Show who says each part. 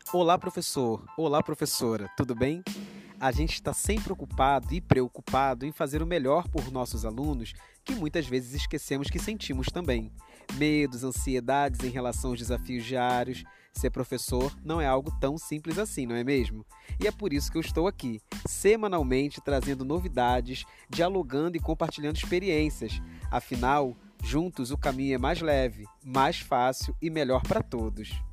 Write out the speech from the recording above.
Speaker 1: Olá, professor! Olá, professora! Tudo bem? A gente está sempre ocupado e preocupado em fazer o melhor por nossos alunos, que muitas vezes esquecemos que sentimos também. Medos, ansiedades em relação aos desafios diários. Ser professor não é algo tão simples assim, não é mesmo? E é por isso que eu estou aqui, semanalmente trazendo novidades, dialogando e compartilhando experiências. Afinal, juntos o caminho é mais leve, mais fácil e melhor para todos.